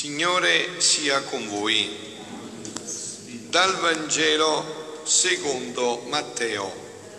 Signore sia con voi. Dal Vangelo secondo Matteo.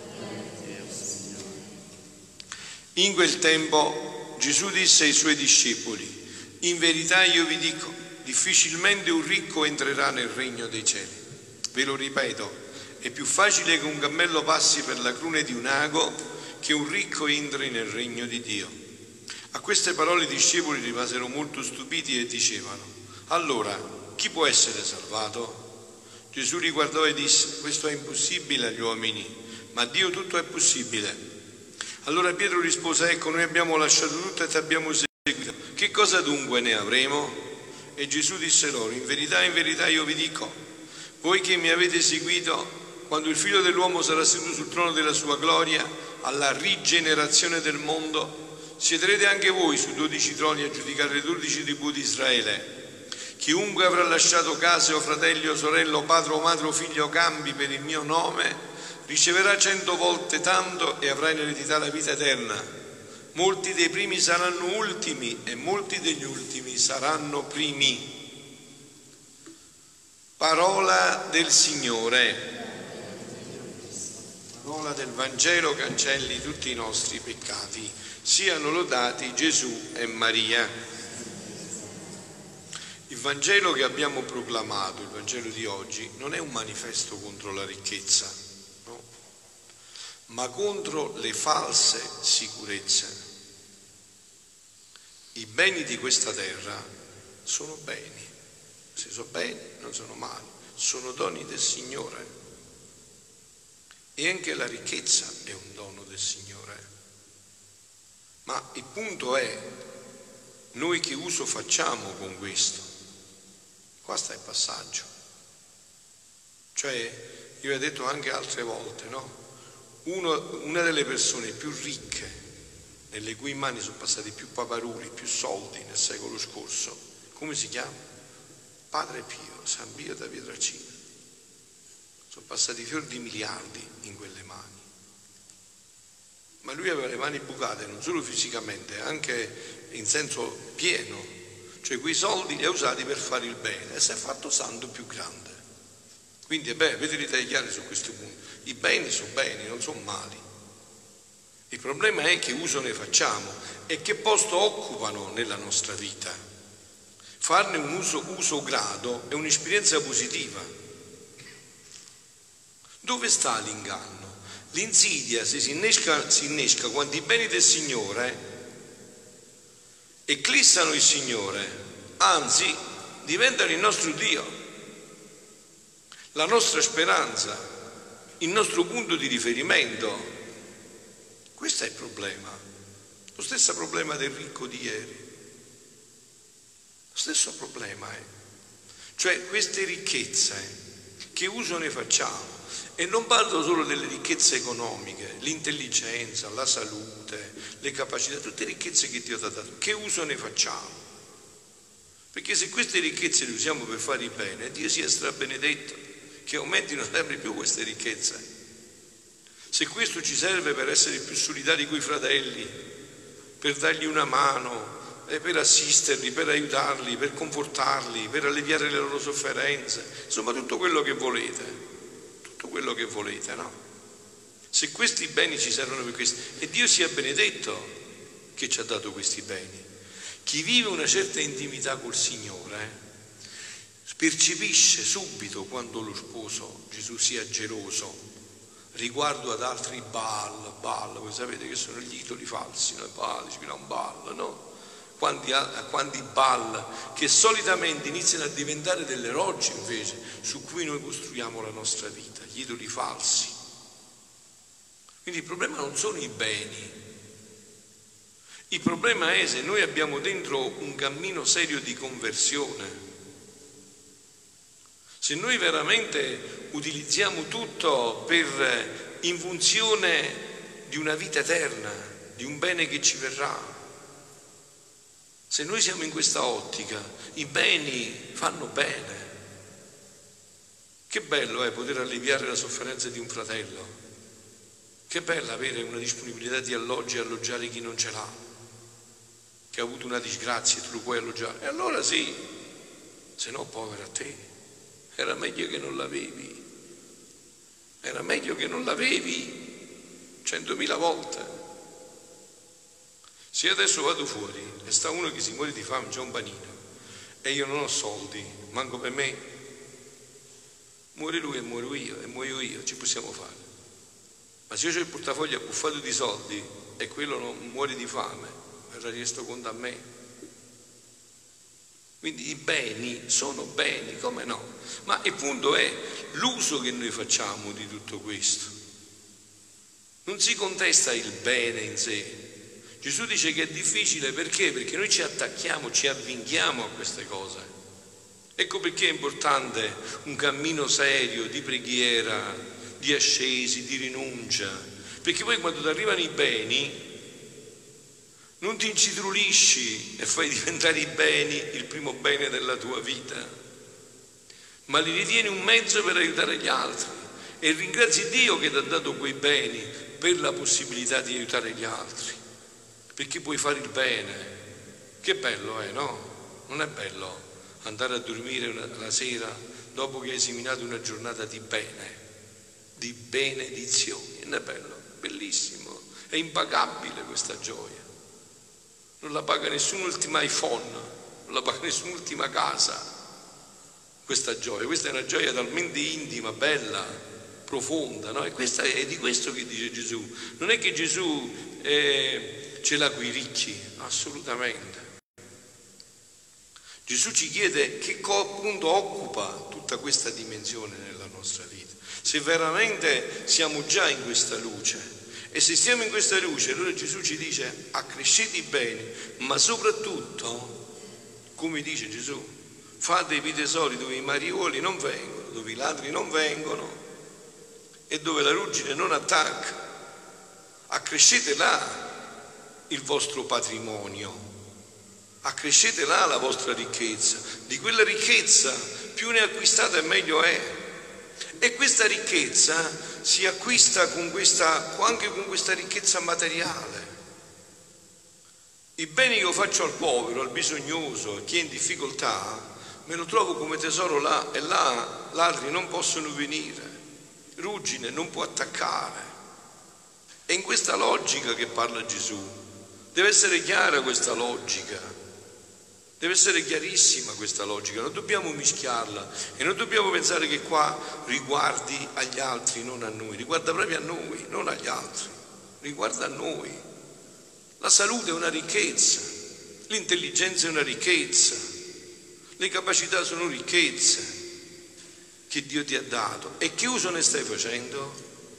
In quel tempo Gesù disse ai suoi discepoli: in verità io vi dico, difficilmente un ricco entrerà nel regno dei cieli. Ve lo ripeto, è più facile che un cammello passi per la crune di un ago che un ricco entri nel regno di Dio. A queste parole i discepoli rimasero molto stupiti e dicevano: allora, chi può essere salvato? Gesù li guardò e disse: questo è impossibile agli uomini, ma a Dio tutto è possibile. Allora Pietro rispose: ecco, noi abbiamo lasciato tutto e ti abbiamo seguito. Che cosa dunque ne avremo? E Gesù disse loro: in verità io vi dico, voi che mi avete seguito, quando il Figlio dell'uomo sarà seduto sul trono della sua gloria, alla rigenerazione del mondo, siederete anche voi su 12 troni a giudicare le 12 tribù di Israele. Chiunque avrà lasciato case o fratelli o sorelle o padre o madre o figlio o campi per il mio nome riceverà 100 volte tanto e avrà in eredità la vita eterna. Molti dei primi saranno ultimi e molti degli ultimi saranno primi. Parola del Signore. Parola del Vangelo cancelli tutti i nostri peccati. Siano lodati Gesù e Maria. Il Vangelo che abbiamo proclamato, il Vangelo di oggi, non è un manifesto contro la ricchezza, no? Ma contro le false sicurezze. I beni di questa terra sono beni, se sono beni non sono mali, sono doni del Signore. E anche la ricchezza è un dono del Signore. Ma il punto è, noi che uso facciamo con questo? Qua sta il passaggio. Cioè, io ho detto anche altre volte, no? Una delle persone più ricche, nelle cui mani sono passati più paparuri, più soldi nel secolo scorso, come si chiama? Padre Pio, San Pio da Pietrelcina. Sono passati fior di miliardi in quelle mani. Ma lui aveva le mani bucate non solo fisicamente, anche in senso pieno, cioè quei soldi li ha usati per fare il bene e si è fatto santo più grande. Quindi avete le idee chiare su questo punto. I beni sono beni, non sono mali. Il problema è che uso ne facciamo e che posto occupano nella nostra vita. Farne un uso grado è un'esperienza positiva. Dove sta l'inganno? L'insidia si innesca quando i beni del Signore eclissano il Signore, anzi diventano il nostro Dio, la nostra speranza, il nostro punto di riferimento. Questo è il problema, lo stesso problema del ricco di ieri, lo stesso problema è, cioè queste ricchezze che uso ne facciamo. E non parlo solo delle ricchezze economiche, l'intelligenza, la salute, le capacità, tutte ricchezze che Dio ti ha dato. Che uso ne facciamo? Perché se queste ricchezze le usiamo per fare il bene, Dio sia strabenedetto, che aumentino sempre più queste ricchezze. Se questo ci serve per essere più solidari coi fratelli, per dargli una mano, per assisterli, per aiutarli, per confortarli, per alleviare le loro sofferenze, insomma tutto quello che volete. Quello che volete, no? Se questi beni ci servono per questo, e Dio sia benedetto che ci ha dato questi beni. Chi vive una certa intimità col Signore percepisce subito quando lo sposo Gesù sia geloso riguardo ad altri Baal, voi sapete che sono gli idoli falsi, no? Baal, ci viene un Baal, no? Quanti Baal che solitamente iniziano a diventare delle rocce invece su cui noi costruiamo la nostra vita, gli idoli falsi. Quindi il problema non sono i beni, il problema è se noi abbiamo dentro un cammino serio di conversione, se noi veramente utilizziamo tutto in funzione di una vita eterna, di un bene che ci verrà. Se noi siamo in questa ottica, i beni fanno bene. Che bello è poter alleviare la sofferenza di un fratello. Che bello avere una disponibilità di alloggi e alloggiare chi non ce l'ha, che ha avuto una disgrazia e tu lo puoi alloggiare. E allora sì, se no povera te, era meglio che non l'avevi. Era meglio che non l'avevi 100.000 volte. Se adesso vado fuori e sta uno che si muore di fame, c'è un panino, e io non ho soldi, manco per me, muore lui e muoio io, ci possiamo fare. Ma se io ho il portafoglio abbuffato di soldi e quello non muore di fame, verrà chiesto conto a me. Quindi i beni sono beni, come no? Ma il punto è l'uso che noi facciamo di tutto questo. Non si contesta il bene in sé. Gesù dice che è difficile perché? Perché noi ci attacchiamo, ci avvinghiamo a queste cose. Ecco perché è importante un cammino serio di preghiera, di ascesi, di rinuncia. Perché poi quando ti arrivano i beni non ti incitrulisci e fai diventare i beni il primo bene della tua vita, ma li ritieni un mezzo per aiutare gli altri e ringrazi Dio che ti ha dato quei beni per la possibilità di aiutare gli altri, perché puoi fare il bene. Che bello è, no? Non è bello andare a dormire la sera dopo che hai seminato una giornata di bene, di benedizioni? Non è bello? Bellissimo, è impagabile questa gioia. Non la paga nessun ultimo iPhone, non la paga nessun'ultima casa, questa gioia. Questa è una gioia talmente intima, bella, profonda, no? E è di questo che dice Gesù. Non è che Gesù ce l'ha coi ricchi, assolutamente. Gesù ci chiede che punto occupa tutta questa dimensione nella nostra vita. Se veramente siamo già in questa luce. E se stiamo in questa luce, allora Gesù ci dice: accrescete i beni, ma soprattutto, come dice Gesù, fatevi tesori dove i mariuoli non vengono, dove i ladri non vengono e dove la ruggine non attacca. Accrescete là il vostro patrimonio, accrescete là la vostra ricchezza. Di quella ricchezza più ne acquistate meglio è. E questa ricchezza si acquista anche con questa ricchezza materiale. I beni che io faccio al povero, al bisognoso, a chi è in difficoltà, me lo trovo come tesoro là, e là ladri non possono venire, ruggine non può attaccare. È in questa logica che parla Gesù. Deve essere chiara questa logica. Deve essere chiarissima questa logica, non dobbiamo mischiarla e non dobbiamo pensare che qua riguardi agli altri, non a noi, riguarda proprio a noi, non agli altri, riguarda a noi. La salute è una ricchezza, l'intelligenza è una ricchezza, le capacità sono ricchezze che Dio ti ha dato. E che uso ne stai facendo?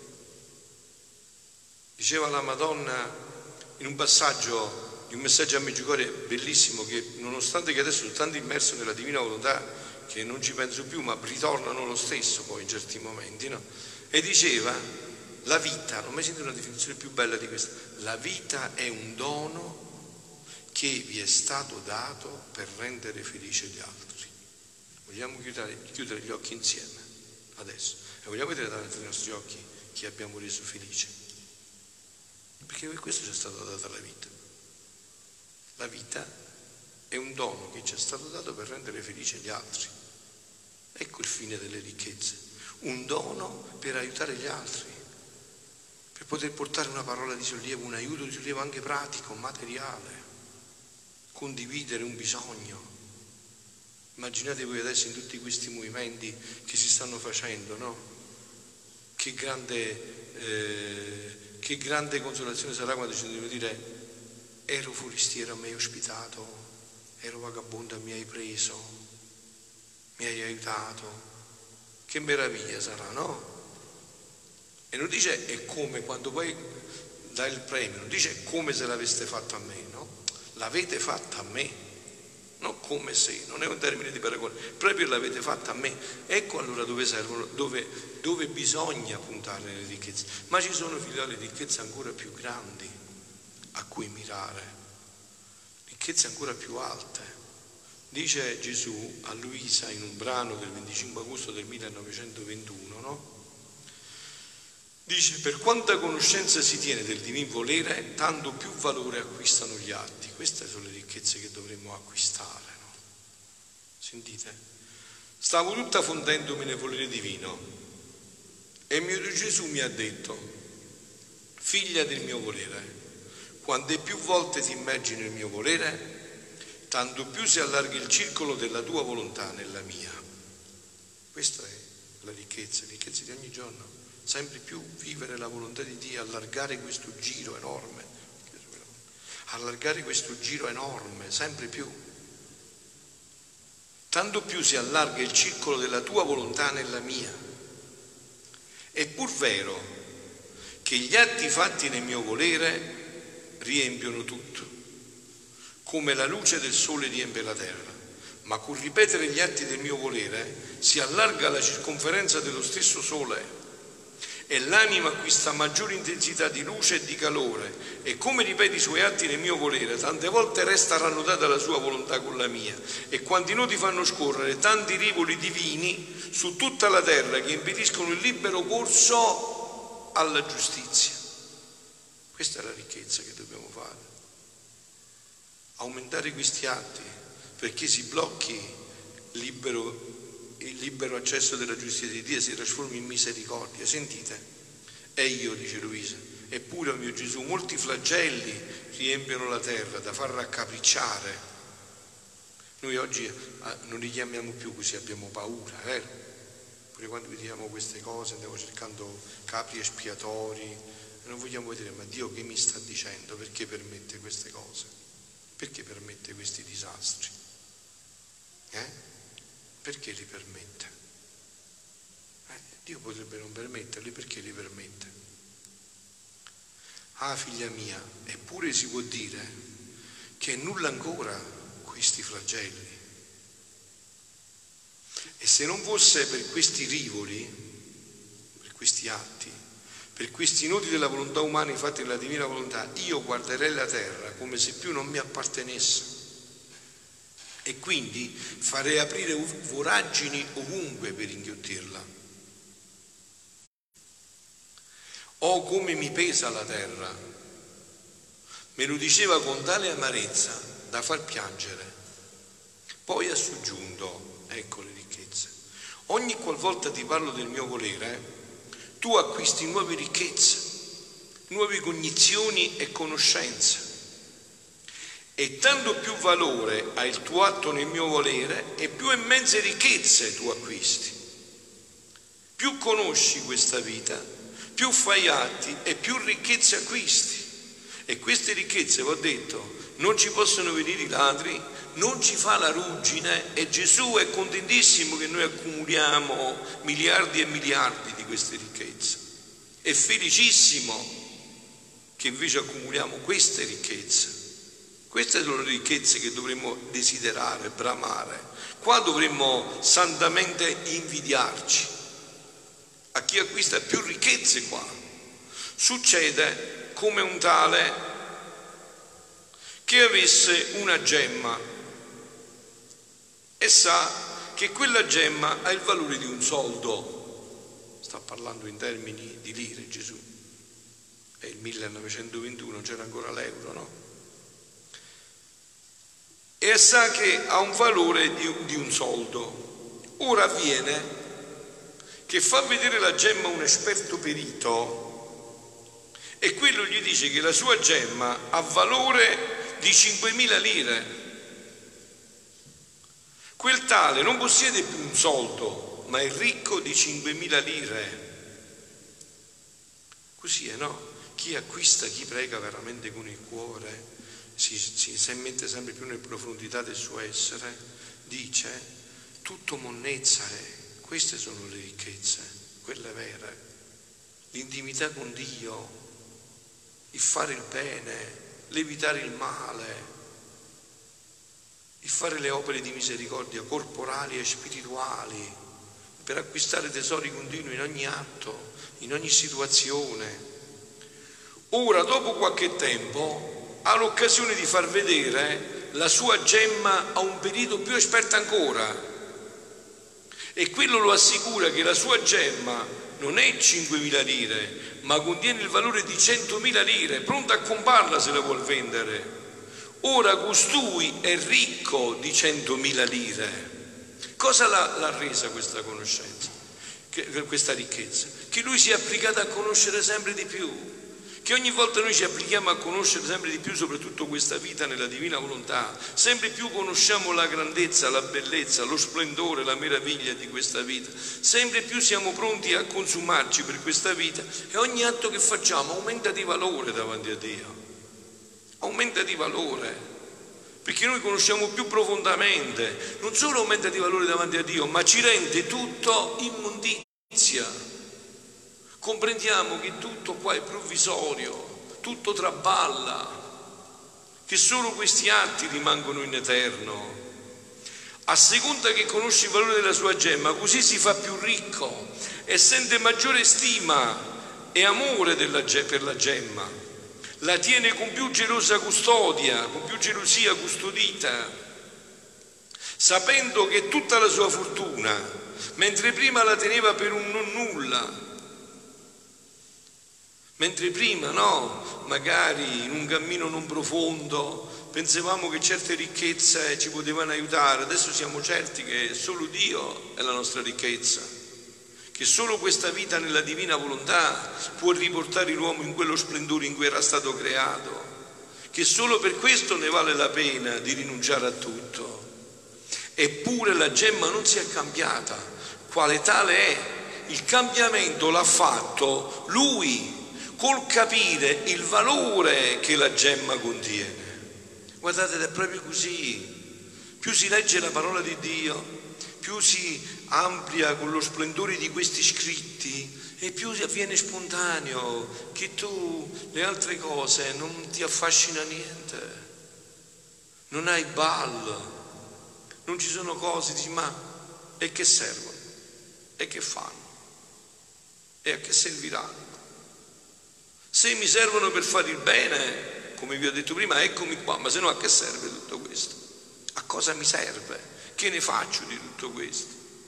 Diceva la Madonna in un passaggio di un messaggio a Medjugorje bellissimo, che nonostante che adesso sono tanto immerso nella divina volontà che non ci penso più, ma ritornano lo stesso poi in certi momenti, no? E diceva: la vita, non ho mai sentito una definizione più bella di questa, la vita è un dono che vi è stato dato per rendere felice gli altri. Vogliamo chiudere gli occhi insieme adesso e vogliamo vedere davanti ai nostri occhi chi abbiamo reso felice, perché per questo ci è stata data la vita. La vita è un dono che ci è stato dato per rendere felice gli altri. Ecco il fine delle ricchezze, un dono per aiutare gli altri, per poter portare una parola di sollievo, un aiuto di sollievo anche pratico, materiale, condividere un bisogno. Immaginate voi adesso in tutti questi movimenti che si stanno facendo, no? Che grande consolazione sarà quando ci devono dire: ero forestiero, mi hai ospitato, ero vagabondo, mi hai preso, mi hai aiutato. Che meraviglia sarà, no? E non dice è come quando poi dai il premio, non dice come se l'aveste fatto a me, no? L'avete fatta a me, non come se, non è un termine di paragone, proprio l'avete fatta a me. Ecco allora dove servono, dove bisogna puntare le ricchezze. Ma ci sono, figlioli, ricchezze ancora più grandi a cui mirare, ricchezze ancora più alte. Dice Gesù a Luisa in un brano del 25 agosto del 1921, no? Dice: per quanta conoscenza si tiene del divin volere, tanto più valore acquistano gli atti. Queste sono le ricchezze che dovremmo acquistare, no? Sentite, stavo tutta fondendomi nel volere divino e mio Dio Gesù mi ha detto: figlia del mio volere, quante più volte ti immergi nel mio volere, tanto più si allarga il circolo della tua volontà nella mia. Questa è la ricchezza di ogni giorno, sempre più vivere la volontà di Dio, allargare questo giro enorme, sempre più. Tanto più si allarga il circolo della tua volontà nella mia. È pur vero che gli atti fatti nel mio volere riempiono tutto, come la luce del sole riempie la terra, ma col ripetere gli atti del mio volere si allarga la circonferenza dello stesso sole e l'anima acquista maggiore intensità di luce e di calore, e come ripeti i suoi atti nel mio volere, tante volte resta rannodata la sua volontà con la mia, e quanti nodi fanno scorrere tanti rivoli divini su tutta la terra che impediscono il libero corso alla giustizia. Questa è la ricchezza che dobbiamo fare, aumentare questi atti perché si blocchi il libero accesso della giustizia di Dio, si trasformi in misericordia. Sentite, e io, dice Luisa, eppure, o mio Gesù, molti flagelli riempiono la terra da far raccapricciare. Noi oggi non li chiamiamo più così, abbiamo paura, vero? Pure quando vediamo queste cose andiamo cercando capri espiatori, non vogliamo vedere, ma Dio che mi sta dicendo? Perché permette queste cose? Perché permette questi disastri? Perché li permette? Dio potrebbe non permetterli, perché li permette? Ah, figlia mia, eppure si può dire che è nulla ancora questi flagelli. E se non fosse per questi rivoli, per questi atti, per questi nodi della volontà umana fatti nella divina volontà, io guarderei la terra come se più non mi appartenesse. E quindi farei aprire voragini ovunque per inghiottirla. Oh, come mi pesa la terra! Me lo diceva con tale amarezza da far piangere. Poi ha soggiunto, ecco le ricchezze: ogni qualvolta ti parlo del mio volere, tu acquisti nuove ricchezze, nuove cognizioni e conoscenze. E tanto più valore ha il tuo atto nel mio volere e più immense ricchezze tu acquisti. Più conosci questa vita, più fai atti e più ricchezze acquisti. E queste ricchezze, vi ho detto, non ci possono venire i ladri, non ci fa la ruggine, e Gesù è contentissimo che noi accumuliamo miliardi e miliardi di queste ricchezze. È felicissimo che invece accumuliamo queste ricchezze. Queste sono le ricchezze che dovremmo desiderare, bramare. Qua dovremmo santamente invidiarci a chi acquista più ricchezze qua. Succede come un tale che avesse una gemma e sa che quella gemma ha il valore di un soldo. Sta parlando in termini di lire Gesù. È il 1921, c'era ancora l'euro, no? E sa che ha un valore di un soldo. Ora avviene che fa vedere la gemma a un esperto perito e quello gli dice che la sua gemma ha valore di 5.000 lire. Quel tale non possiede più un soldo, ma è ricco di 5.000 lire. Così è, no? Chi acquista, chi prega veramente con il cuore, si mette sempre più nelle profondità del suo essere, dice: tutto monnezza è. Queste sono le ricchezze, quelle vere, l'intimità con Dio, il fare il bene, l'evitare il male, il fare le opere di misericordia corporali e spirituali per acquistare tesori continui in ogni atto, in ogni situazione. Ora, dopo qualche tempo, ha l'occasione di far vedere la sua gemma a un perito più esperto ancora, e quello lo assicura che la sua gemma non è 5.000 lire, ma contiene il valore di 100.000 lire, pronta a comprarla se la vuol vendere. Ora costui è ricco di 100.000 lire. cosa l'ha resa questa conoscenza, questa ricchezza? Che lui si è applicato a conoscere sempre di più, che ogni volta noi ci applichiamo a conoscere sempre di più, soprattutto questa vita nella divina volontà, sempre più conosciamo la grandezza, la bellezza, lo splendore, la meraviglia di questa vita, sempre più siamo pronti a consumarci per questa vita e ogni atto che facciamo aumenta di valore davanti a Dio, aumenta di valore, perché noi conosciamo più profondamente, non solo aumenta di valore davanti a Dio, ma ci rende tutto immondizia. Comprendiamo che tutto qua è provvisorio, tutto traballa, che solo questi atti rimangono in eterno. A seconda che conosci il valore della sua gemma, così si fa più ricco e sente maggiore stima e amore per la gemma. La tiene con più gelosa custodia, con più gelosia custodita, sapendo che tutta la sua fortuna, mentre prima la teneva per un non nulla, mentre prima, magari in un cammino non profondo, pensavamo che certe ricchezze ci potevano aiutare, adesso siamo certi che solo Dio è la nostra ricchezza, che solo questa vita nella divina volontà può riportare l'uomo in quello splendore in cui era stato creato, che solo per questo ne vale la pena di rinunciare a tutto. Eppure la gemma non si è cambiata, quale tale è, il cambiamento l'ha fatto Lui, col capire il valore che la gemma contiene. Guardate, è proprio così. Più si legge la parola di Dio, più si amplia con lo splendore di questi scritti e più avviene spontaneo che tu le altre cose non ti affascina niente, non hai ballo, non ci sono cose, dici ma e che servono? E che fanno? E a che serviranno? Se mi servono per fare il bene, come vi ho detto prima, eccomi qua, ma se no a che serve tutto questo? A cosa mi serve? Che ne faccio di tutto questo?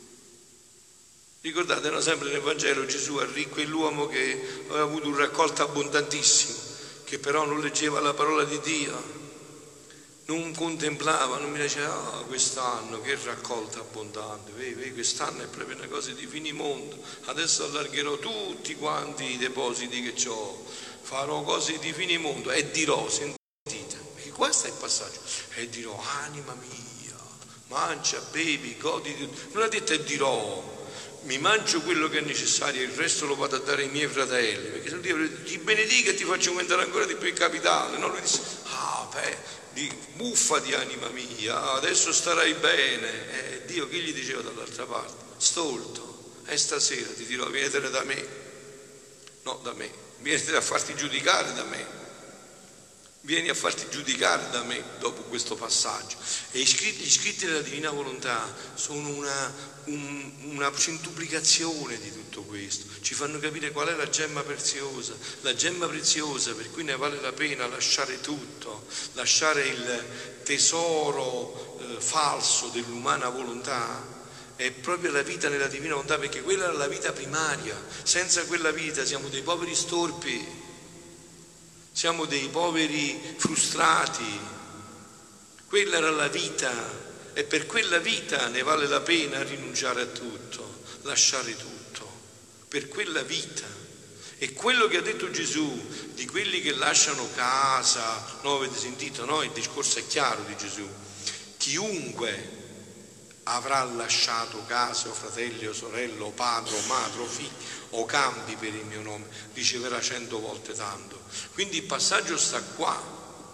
Ricordate, sempre nel Vangelo Gesù al ricco e l'uomo che aveva avuto un raccolto abbondantissimo, che però non leggeva la parola di Dio, non contemplava, non mi diceva quest'anno che raccolta abbondante, vedi, quest'anno è proprio una cosa di finimondo, adesso allargherò tutti quanti i depositi che ho, farò cose di finimondo e dirò, sentite, perché questo è il passaggio, e dirò anima mia, mangia, bevi, goditi, non ha detto e dirò, mi mangio quello che è necessario, il resto lo vado a dare ai miei fratelli, perché se Dio ti benedica e ti faccio aumentare ancora di più il capitale, no? Lui disse, buffa di anima mia, adesso starai bene. Dio che gli diceva dall'altra parte? Stolto, e stasera ti dirò, vienetene da me, no da me, vienetene a farti giudicare da me. Vieni a farti giudicare da me dopo questo passaggio. E gli scritti della Divina Volontà sono una centuplicazione di tutto questo, ci fanno capire qual è la gemma preziosa per cui ne vale la pena lasciare tutto, lasciare il tesoro falso dell'umana volontà. È proprio la vita nella Divina Volontà, perché quella è la vita primaria. Senza quella vita siamo dei poveri storpi, siamo dei poveri frustrati. Quella era la vita e per quella vita ne vale la pena rinunciare a tutto, lasciare tutto, per quella vita. E quello che ha detto Gesù di quelli che lasciano casa, no, avete sentito, no? Il discorso è chiaro di Gesù. Chiunque avrà lasciato casa o fratelli o sorelle o padre o madre o figli o campi per il mio nome riceverà 100 volte tanto. Quindi il passaggio sta qua.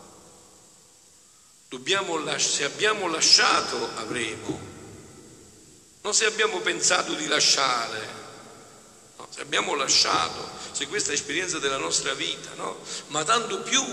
Se abbiamo lasciato avremo, non se abbiamo pensato di lasciare, no, se abbiamo lasciato, se questa è l'esperienza della nostra vita, no? Ma tanto più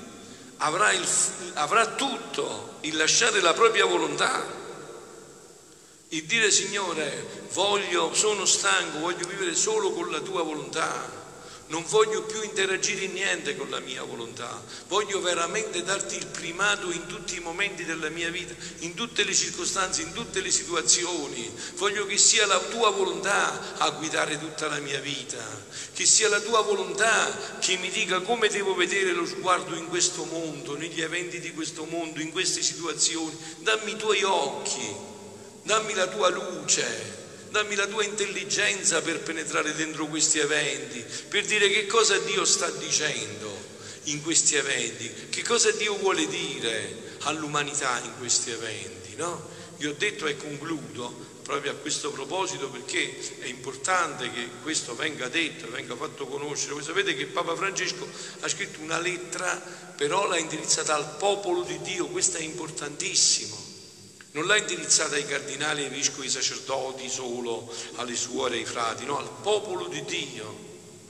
avrà tutto il lasciare la propria volontà. Il dire Signore, sono stanco, voglio vivere solo con la tua volontà, non voglio più interagire in niente con la mia volontà, voglio veramente darti il primato in tutti i momenti della mia vita, in tutte le circostanze, in tutte le situazioni, voglio che sia la tua volontà a guidare tutta la mia vita, che sia la tua volontà che mi dica come devo vedere lo sguardo in questo mondo, negli eventi di questo mondo, in queste situazioni. Dammi i tuoi occhi, dammi la tua luce, dammi la tua intelligenza per penetrare dentro questi eventi, per dire che cosa Dio sta dicendo in questi eventi, che cosa Dio vuole dire all'umanità in questi eventi, no? Vi ho detto e concludo proprio a questo proposito, perché è importante che questo venga detto, venga fatto conoscere. Voi sapete che Papa Francesco ha scritto una lettera, però l'ha indirizzata al popolo di Dio, questo è importantissimo. Non l'ha indirizzata ai cardinali, ai vescovi, ai sacerdoti solo, alle suore, ai frati, no, al popolo di Dio,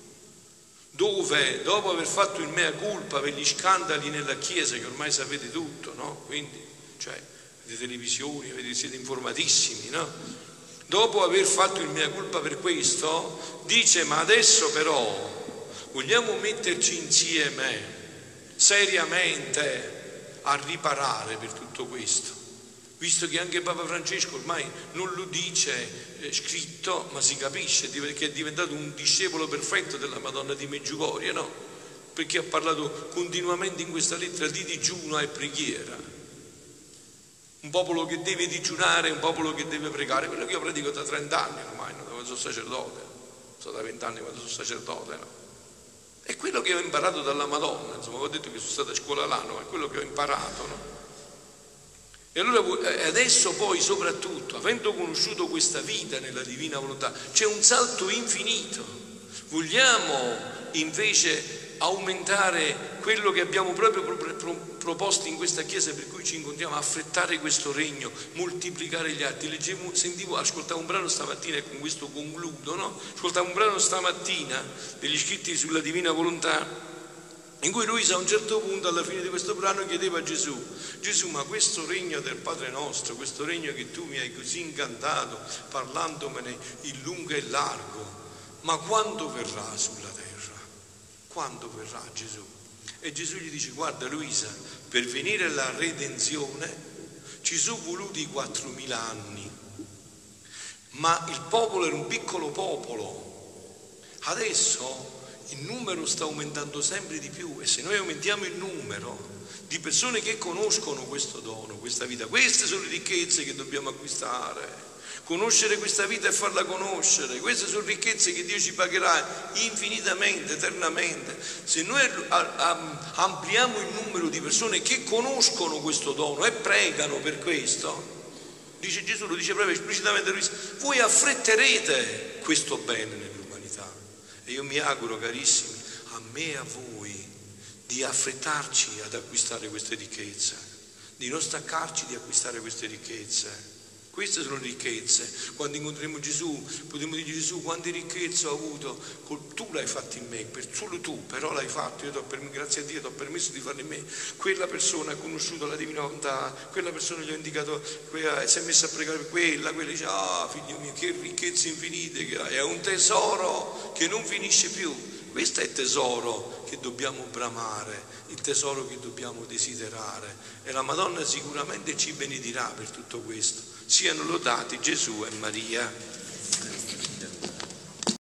dove dopo aver fatto il mea culpa per gli scandali nella Chiesa, che ormai sapete tutto, no? Quindi, cioè, le televisioni, siete informatissimi, no? Dopo aver fatto il mea culpa per questo, dice: ma adesso però vogliamo metterci insieme seriamente a riparare per tutto questo, visto che anche Papa Francesco ormai non lo dice scritto, ma si capisce, che è diventato un discepolo perfetto della Madonna di Medjugorje, no? Perché ha parlato continuamente in questa lettera di digiuno e preghiera. Un popolo che deve digiunare, un popolo che deve pregare, quello che io predico da 30 anni ormai, no? Quando sono sacerdote, sono da 20 anni quando sono sacerdote, no? È quello che ho imparato dalla Madonna, insomma, ho detto che sono stato a scuola là, no? È quello che ho imparato, no? E allora adesso poi soprattutto, avendo conosciuto questa vita nella divina volontà, c'è un salto infinito. Vogliamo invece aumentare quello che abbiamo proprio proposto in questa Chiesa, per cui ci incontriamo, affrettare questo regno, moltiplicare gli atti. Ascoltavo un brano stamattina e con questo concludo, no? Ascoltavo un brano stamattina degli scritti sulla divina volontà, in cui Luisa a un certo punto, alla fine di questo brano, chiedeva a Gesù: Gesù, ma questo regno del Padre nostro, questo regno che tu mi hai così incantato parlandomene in lungo e largo, ma quando verrà sulla terra? Quando verrà Gesù? E Gesù gli dice: guarda Luisa, per venire alla redenzione ci sono voluti 4.000 anni, ma il popolo era un piccolo popolo. Adesso il numero sta aumentando sempre di più, e se noi aumentiamo il numero di persone che conoscono questo dono, questa vita, queste sono le ricchezze che dobbiamo acquistare. Conoscere questa vita e farla conoscere, queste sono ricchezze che Dio ci pagherà infinitamente, eternamente. Se noi ampliamo il numero di persone che conoscono questo dono e pregano per questo, dice Gesù, lo dice proprio esplicitamente lui, voi affretterete questo bene nell'umanità. E io mi auguro, carissimi, a me e a voi, di affrettarci ad acquistare queste ricchezze, di non staccarci di acquistare queste ricchezze. Queste sono ricchezze. Quando incontreremo Gesù potremo dire: Gesù, quante ricchezze ho avuto, tu l'hai fatto in me, solo tu, però l'hai fatto, io grazie a Dio ti ho permesso di farlo in me. Quella persona ha conosciuto la divina volontà, quella persona gli ho indicato, si è messa a pregare per quella dice: ah, figlio mio, che ricchezze infinite che hai, è un tesoro che non finisce più. Questo è il tesoro che dobbiamo bramare, il tesoro che dobbiamo desiderare, e la Madonna sicuramente ci benedirà per tutto questo. Siano lodati Gesù e Maria.